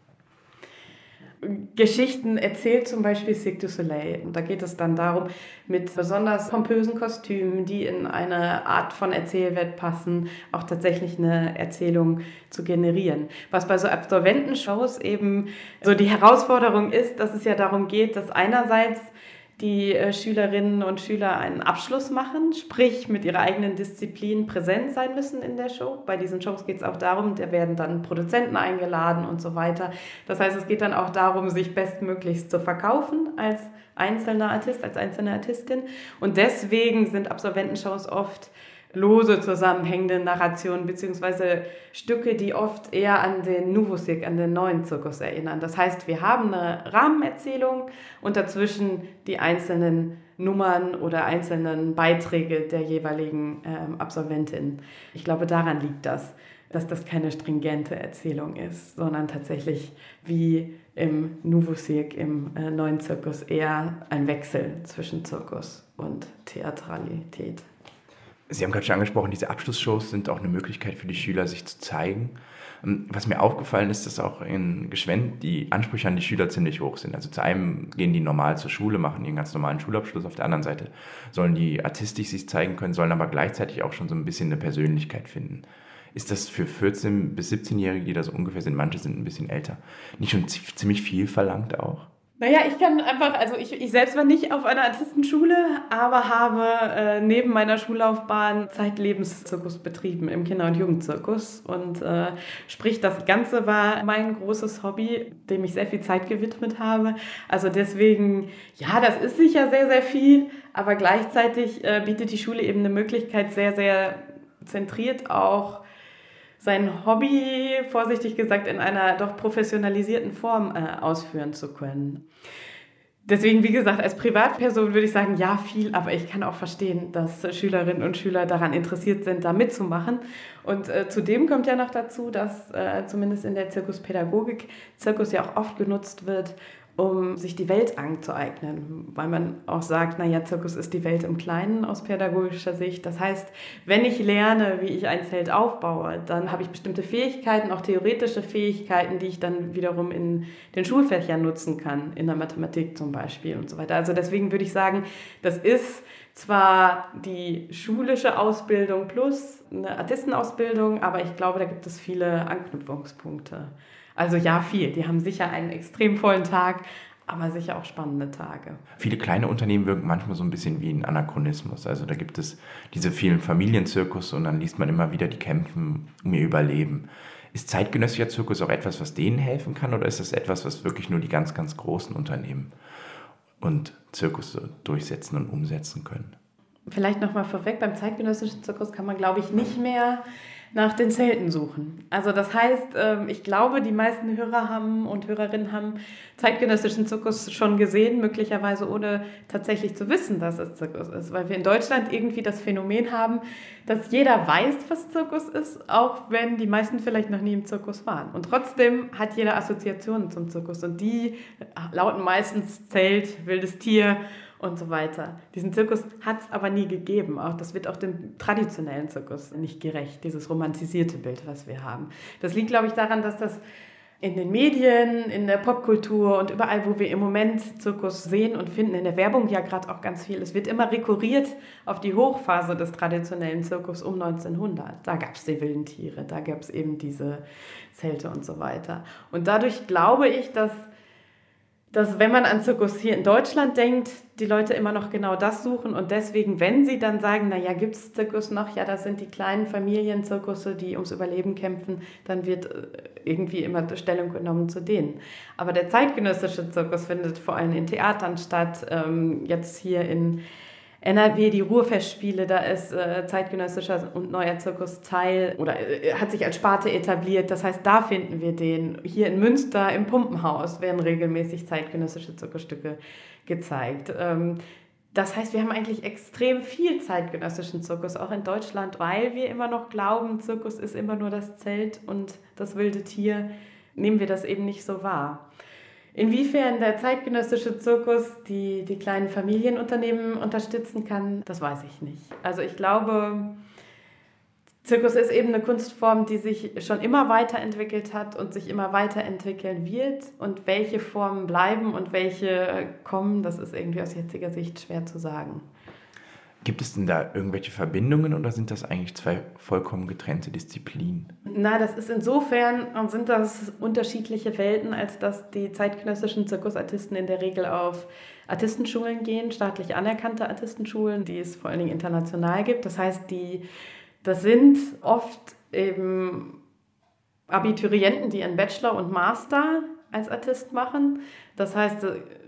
Geschichten erzählt zum Beispiel Cirque du Soleil. Und da geht es dann darum, mit besonders pompösen Kostümen, die in eine Art von Erzählwelt passen, auch tatsächlich eine Erzählung zu generieren. Was bei so Absolventenshows eben so die Herausforderung ist, dass es ja darum geht, dass einerseits die Schülerinnen und Schüler einen Abschluss machen, sprich mit ihrer eigenen Disziplin präsent sein müssen in der Show. Bei diesen Shows geht es auch darum, da werden dann Produzenten eingeladen und so weiter. Das heißt, es geht dann auch darum, sich bestmöglichst zu verkaufen als einzelner Artist, als einzelne Artistin. Und deswegen sind Absolventenshows oft lose zusammenhängende Narrationen beziehungsweise Stücke, die oft eher an den Nouveau Cirque, an den neuen Zirkus erinnern. Das heißt, wir haben eine Rahmenerzählung und dazwischen die einzelnen Nummern oder einzelnen Beiträge der jeweiligen ähm, Absolventin. Ich glaube, daran liegt das, dass das keine stringente Erzählung ist, sondern tatsächlich wie im Nouveau Cirque, im äh, neuen Zirkus, eher ein Wechsel zwischen Zirkus und Theatralität. Sie haben gerade schon angesprochen, diese Abschlussshows sind auch eine Möglichkeit für die Schüler, sich zu zeigen. Was mir aufgefallen ist, dass auch in Gschwend die Ansprüche an die Schüler ziemlich hoch sind. Also zu einem gehen die normal zur Schule, machen ihren ganz normalen Schulabschluss. Auf der anderen Seite sollen die artistisch sich zeigen können, sollen aber gleichzeitig auch schon so ein bisschen eine Persönlichkeit finden. Ist das für vierzehn- bis siebzehnjährige, die da so ungefähr sind, manche sind ein bisschen älter, nicht schon ziemlich viel verlangt auch? Naja, ich kann einfach, also ich, ich selbst war nicht auf einer Artistenschule, aber habe äh, neben meiner Schullaufbahn Zeitlebens-Zirkus betrieben im Kinder- und Jugendzirkus. Und äh, sprich, das Ganze war mein großes Hobby, dem ich sehr viel Zeit gewidmet habe. Also deswegen, ja, das ist sicher sehr, sehr viel, aber gleichzeitig äh, bietet die Schule eben eine Möglichkeit, sehr, sehr zentriert auch sein Hobby, vorsichtig gesagt, in einer doch professionalisierten Form äh, ausführen zu können. Deswegen, wie gesagt, als Privatperson würde ich sagen, ja, viel, aber ich kann auch verstehen, dass Schülerinnen und Schüler daran interessiert sind, da mitzumachen. Und äh, zudem kommt ja noch dazu, dass äh, zumindest in der Zirkuspädagogik Zirkus ja auch oft genutzt wird, um sich die Welt anzueignen, weil man auch sagt, naja, Zirkus ist die Welt im Kleinen aus pädagogischer Sicht. Das heißt, wenn ich lerne, wie ich ein Zelt aufbaue, dann habe ich bestimmte Fähigkeiten, auch theoretische Fähigkeiten, die ich dann wiederum in den Schulfächern nutzen kann, in der Mathematik zum Beispiel und so weiter. Also deswegen würde ich sagen, das ist zwar die schulische Ausbildung plus eine Artistenausbildung, aber ich glaube, da gibt es viele Anknüpfungspunkte. Also ja, viel. Die haben sicher einen extrem vollen Tag, aber sicher auch spannende Tage. Viele kleine Unternehmen wirken manchmal so ein bisschen wie ein Anachronismus. Also da gibt es diese vielen Familienzirkus und dann liest man immer wieder, die kämpfen um ihr Überleben. Ist zeitgenössischer Zirkus auch etwas, was denen helfen kann oder ist das etwas, was wirklich nur die ganz, ganz großen Unternehmen und Zirkus durchsetzen und umsetzen können? Vielleicht nochmal vorweg, beim zeitgenössischen Zirkus kann man, glaube ich, nicht mehr nach den Zelten suchen. Also das heißt, ich glaube, die meisten Hörer haben und Hörerinnen haben zeitgenössischen Zirkus schon gesehen, möglicherweise ohne tatsächlich zu wissen, dass es Zirkus ist, weil wir in Deutschland irgendwie das Phänomen haben, dass jeder weiß, was Zirkus ist, auch wenn die meisten vielleicht noch nie im Zirkus waren. Und trotzdem hat jeder Assoziationen zum Zirkus und die lauten meistens Zelt, wildes Tier und so weiter. Diesen Zirkus hat es aber nie gegeben. Auch das wird auch dem traditionellen Zirkus nicht gerecht, dieses romantisierte Bild, was wir haben. Das liegt, glaube ich, daran, dass das in den Medien, in der Popkultur und überall, wo wir im Moment Zirkus sehen und finden, in der Werbung ja gerade auch ganz viel. Es wird immer rekurriert auf die Hochphase des traditionellen Zirkus um neunzehnhundert. Da gab es die wilden Tiere, da gab es eben diese Zelte und so weiter. Und dadurch glaube ich, dass dass wenn man an Zirkus hier in Deutschland denkt, die Leute immer noch genau das suchen und deswegen, wenn sie dann sagen, naja, gibt es Zirkus noch? Ja, das sind die kleinen Familienzirkusse, die ums Überleben kämpfen, dann wird irgendwie immer Stellung genommen zu denen. Aber der zeitgenössische Zirkus findet vor allem in Theatern statt, ähm, jetzt hier in N R W die Ruhrfestspiele, da ist äh, zeitgenössischer und neuer Zirkus Teil oder äh, hat sich als Sparte etabliert. Das heißt, da finden wir den. Hier in Münster im Pumpenhaus werden regelmäßig zeitgenössische Zirkusstücke gezeigt. Ähm, das heißt, wir haben eigentlich extrem viel zeitgenössischen Zirkus, auch in Deutschland, weil wir immer noch glauben, Zirkus ist immer nur das Zelt und das wilde Tier, nehmen wir das eben nicht so wahr. Inwiefern der zeitgenössische Zirkus die, die kleinen Familienunternehmen unterstützen kann, das weiß ich nicht. Also ich glaube, Zirkus ist eben eine Kunstform, die sich schon immer weiterentwickelt hat und sich immer weiterentwickeln wird. Und welche Formen bleiben und welche kommen, das ist irgendwie aus jetziger Sicht schwer zu sagen. Gibt es denn da irgendwelche Verbindungen oder sind das eigentlich zwei vollkommen getrennte Disziplinen? Na, das ist insofern, sind das unterschiedliche Welten, als dass die zeitgenössischen Zirkusartisten in der Regel auf Artistenschulen gehen, staatlich anerkannte Artistenschulen, die es vor allen Dingen international gibt. Das heißt, die, das sind oft eben Abiturienten, die einen Bachelor und Master als Artist machen. Das heißt,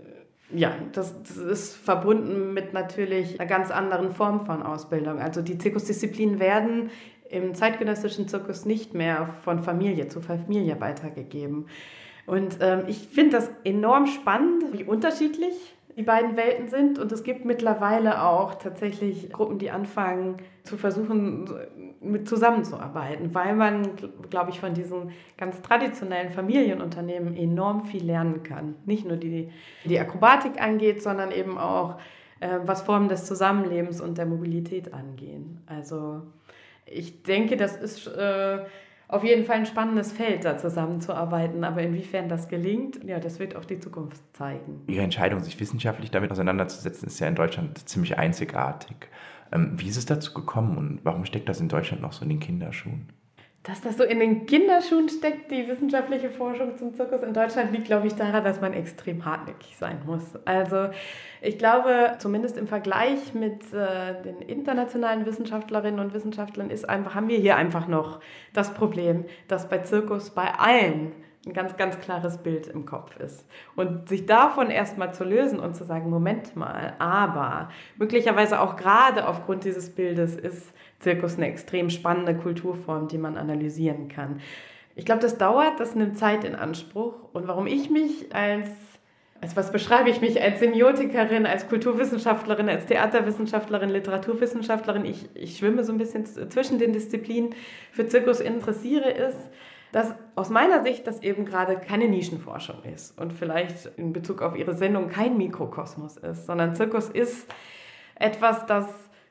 ja, das, das ist verbunden mit natürlich einer ganz anderen Form von Ausbildung. Also die Zirkusdisziplinen werden im zeitgenössischen Zirkus nicht mehr von Familie zu Familie weitergegeben. Und ähm, ich finde das enorm spannend, wie unterschiedlich die beiden Welten sind. Und es gibt mittlerweile auch tatsächlich Gruppen, die anfangen zu versuchen, mit zusammenzuarbeiten, weil man, glaube ich, von diesen ganz traditionellen Familienunternehmen enorm viel lernen kann. Nicht nur die, die Akrobatik angeht, sondern eben auch, äh, was Formen des Zusammenlebens und der Mobilität angehen. Also ich denke, das ist äh, auf jeden Fall ein spannendes Feld, da zusammenzuarbeiten. Aber inwiefern das gelingt, ja, das wird auch die Zukunft zeigen. Ihre Entscheidung, sich wissenschaftlich damit auseinanderzusetzen, ist ja in Deutschland ziemlich einzigartig. Ähm, wie ist es dazu gekommen und warum steckt das in Deutschland noch so in den Kinderschuhen? Dass das so in den Kinderschuhen steckt, die wissenschaftliche Forschung zum Zirkus in Deutschland, liegt, glaube ich, daran, dass man extrem hartnäckig sein muss. Also ich glaube, zumindest im Vergleich mit äh, den internationalen Wissenschaftlerinnen und Wissenschaftlern ist einfach, haben wir hier einfach noch das Problem, dass bei Zirkus bei allen ein ganz, ganz klares Bild im Kopf ist. Und sich davon erstmal zu lösen und zu sagen, Moment mal, aber möglicherweise auch gerade aufgrund dieses Bildes ist Zirkus eine extrem spannende Kulturform, die man analysieren kann. Ich glaube, das dauert, das nimmt Zeit in Anspruch. Und warum ich mich als, als was beschreibe ich mich, als Semiotikerin, als Kulturwissenschaftlerin, als Theaterwissenschaftlerin, Literaturwissenschaftlerin, ich, ich schwimme so ein bisschen zwischen den Disziplinen, für Zirkus interessiere, ist, dass aus meiner Sicht das eben gerade keine Nischenforschung ist und vielleicht in Bezug auf Ihre Sendung kein Mikrokosmos ist, sondern Zirkus ist etwas, das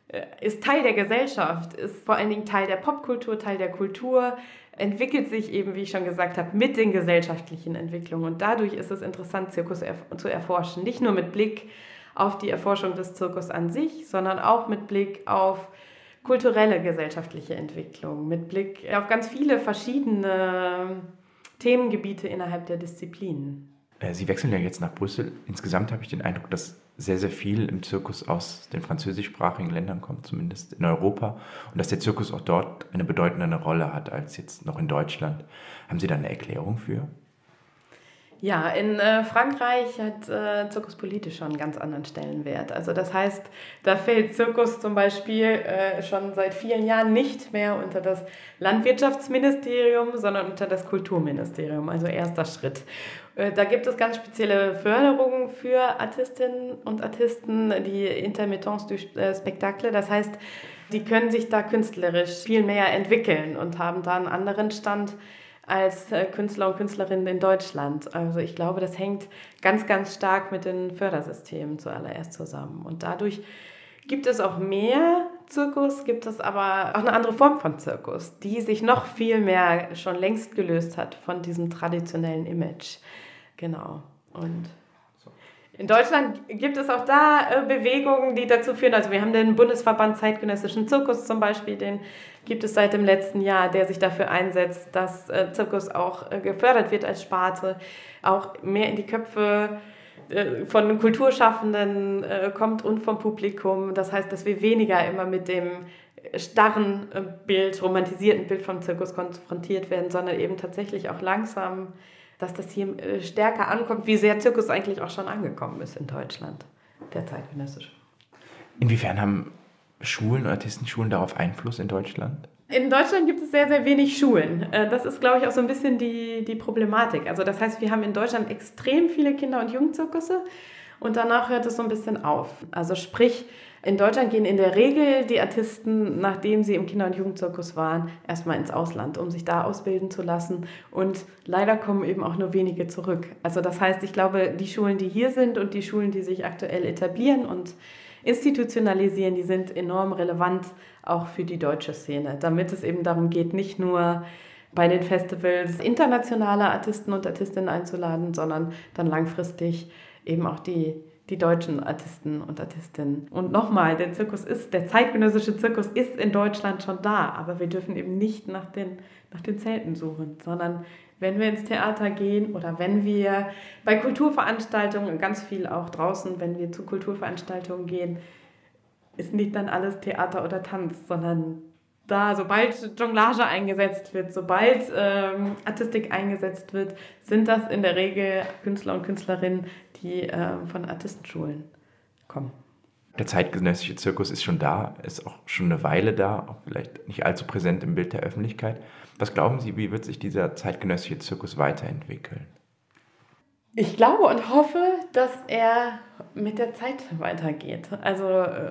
ist Teil der Gesellschaft, ist vor allen Dingen Teil der Popkultur, Teil der Kultur, entwickelt sich eben, wie ich schon gesagt habe, mit den gesellschaftlichen Entwicklungen. Und dadurch ist es interessant, Zirkus erf- zu erforschen. Nicht nur mit Blick auf die Erforschung des Zirkus an sich, sondern auch mit Blick auf kulturelle gesellschaftliche Entwicklung, mit Blick auf ganz viele verschiedene Themengebiete innerhalb der Disziplinen. Sie wechseln ja jetzt nach Brüssel. Insgesamt habe ich den Eindruck, dass sehr, sehr viel im Zirkus aus den französischsprachigen Ländern kommt, zumindest in Europa. Und dass der Zirkus auch dort eine bedeutendere Rolle hat als jetzt noch in Deutschland. Haben Sie da eine Erklärung für? Ja, in äh, Frankreich hat äh, Zirkus politisch schon einen ganz anderen Stellenwert. Also das heißt, da fällt Zirkus zum Beispiel äh, schon seit vielen Jahren nicht mehr unter das Landwirtschaftsministerium, sondern unter das Kulturministerium, also erster Schritt. Äh, da gibt es ganz spezielle Förderungen für Artistinnen und Artisten, die Intermittence du Spectacle. Das heißt, die können sich da künstlerisch viel mehr entwickeln und haben da einen anderen Stand als Künstler und Künstlerinnen in Deutschland. Also ich glaube, das hängt ganz, ganz stark mit den Fördersystemen zuallererst zusammen. Und dadurch gibt es auch mehr Zirkus, gibt es aber auch eine andere Form von Zirkus, die sich noch viel mehr schon längst gelöst hat von diesem traditionellen Image. Genau. Und in Deutschland gibt es auch da äh, Bewegungen, die dazu führen, also wir haben den Bundesverband Zeitgenössischen Zirkus zum Beispiel, den gibt es seit dem letzten Jahr, der sich dafür einsetzt, dass äh, Zirkus auch äh, gefördert wird als Sparte, auch mehr in die Köpfe äh, von Kulturschaffenden äh, kommt und vom Publikum. Das heißt, dass wir weniger immer mit dem starren Bild, romantisierten Bild vom Zirkus konfrontiert werden, sondern eben tatsächlich auch langsam, dass das hier stärker ankommt, wie sehr Zirkus eigentlich auch schon angekommen ist in Deutschland, der zeitgenössische. Inwiefern haben Schulen oder Artistenschulen darauf Einfluss in Deutschland? In Deutschland gibt es sehr, sehr wenig Schulen. Das ist, glaube ich, auch so ein bisschen die, die Problematik. Also das heißt, wir haben in Deutschland extrem viele Kinder- und Jugendzirkusse und danach hört es so ein bisschen auf. Also sprich, in Deutschland gehen in der Regel die Artisten, nachdem sie im Kinder- und Jugendzirkus waren, erstmal ins Ausland, um sich da ausbilden zu lassen. Und leider kommen eben auch nur wenige zurück. Also das heißt, ich glaube, die Schulen, die hier sind und die Schulen, die sich aktuell etablieren und institutionalisieren, die sind enorm relevant auch für die deutsche Szene, damit es eben darum geht, nicht nur bei den Festivals internationale Artisten und Artistinnen einzuladen, sondern dann langfristig eben auch die die deutschen Artisten und Artistinnen. Und nochmal, der Zirkus ist, der zeitgenössische Zirkus ist in Deutschland schon da, aber wir dürfen eben nicht nach den, nach den Zelten suchen, sondern wenn wir ins Theater gehen oder wenn wir bei Kulturveranstaltungen, ganz viel auch draußen, wenn wir zu Kulturveranstaltungen gehen, ist nicht dann alles Theater oder Tanz, sondern da, sobald Jonglage eingesetzt wird, sobald ähm, Artistik eingesetzt wird, sind das in der Regel Künstler und Künstlerinnen, die ähm, von Artistenschulen kommen. Der zeitgenössische Zirkus ist schon da, ist auch schon eine Weile da, auch vielleicht nicht allzu präsent im Bild der Öffentlichkeit. Was glauben Sie, wie wird sich dieser zeitgenössische Zirkus weiterentwickeln? Ich glaube und hoffe, dass er mit der Zeit weitergeht. Also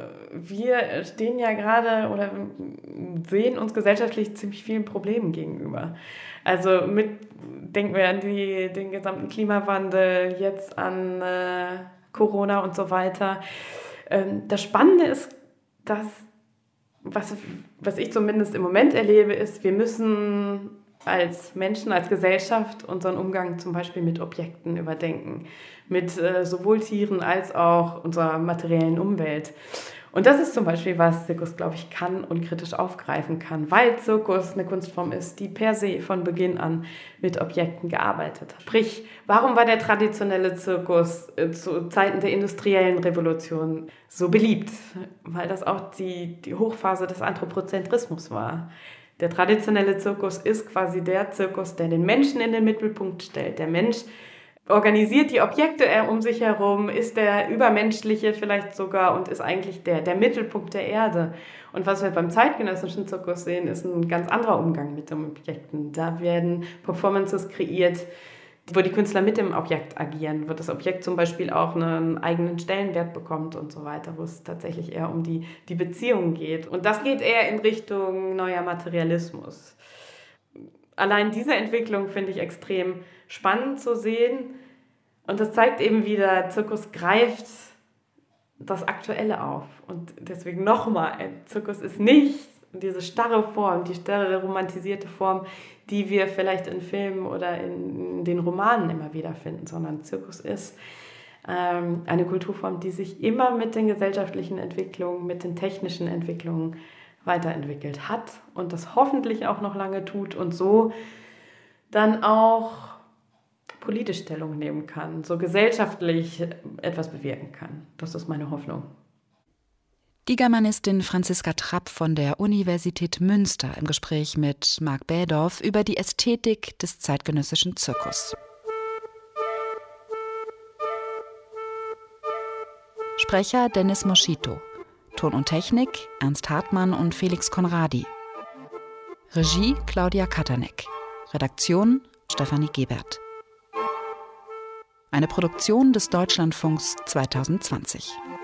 wir stehen ja gerade oder sehen uns gesellschaftlich ziemlich vielen Problemen gegenüber. Also mit, denken wir an die, den gesamten Klimawandel, jetzt an äh, Corona und so weiter. Ähm, das Spannende ist, dass, was, was ich zumindest im Moment erlebe, ist, wir müssen als Menschen, als Gesellschaft unseren Umgang zum Beispiel mit Objekten überdenken, mit äh, sowohl Tieren als auch unserer materiellen Umwelt. Und das ist zum Beispiel, was Zirkus, glaube ich, kann und kritisch aufgreifen kann, weil Zirkus eine Kunstform ist, die per se von Beginn an mit Objekten gearbeitet hat. Sprich, warum war der traditionelle Zirkus äh, zu Zeiten der industriellen Revolution so beliebt? Weil das auch die, die Hochphase des Anthropozentrismus war. Der traditionelle Zirkus ist quasi der Zirkus, der den Menschen in den Mittelpunkt stellt. Der Mensch organisiert die Objekte um sich herum, ist der Übermenschliche vielleicht sogar und ist eigentlich der, der Mittelpunkt der Erde. Und was wir beim zeitgenössischen Zirkus sehen, ist ein ganz anderer Umgang mit den Objekten. Da werden Performances kreiert, wo die Künstler mit dem Objekt agieren, wo das Objekt zum Beispiel auch einen eigenen Stellenwert bekommt und so weiter, wo es tatsächlich eher um die, die Beziehung geht. Und das geht eher in Richtung neuer Materialismus. Allein diese Entwicklung finde ich extrem spannend zu sehen. Und das zeigt eben wieder, Zirkus greift das Aktuelle auf. Und deswegen nochmal, Zirkus ist nicht diese starre Form, die starre romantisierte Form, die wir vielleicht in Filmen oder in den Romanen immer wieder finden, sondern Zirkus ist ähm, eine Kulturform, die sich immer mit den gesellschaftlichen Entwicklungen, mit den technischen Entwicklungen weiterentwickelt hat und das hoffentlich auch noch lange tut und so dann auch politisch Stellung nehmen kann, so gesellschaftlich etwas bewirken kann. Das ist meine Hoffnung. Die Germanistin Franziska Trapp von der Universität Münster im Gespräch mit Marc Bädorf über die Ästhetik des zeitgenössischen Zirkus. Sprecher Dennis Moschito. Ton und Technik Ernst Hartmann und Felix Konradi. Regie Claudia Katanek. Redaktion Stefanie Gebert. Eine Produktion des Deutschlandfunks zweitausendzwanzig.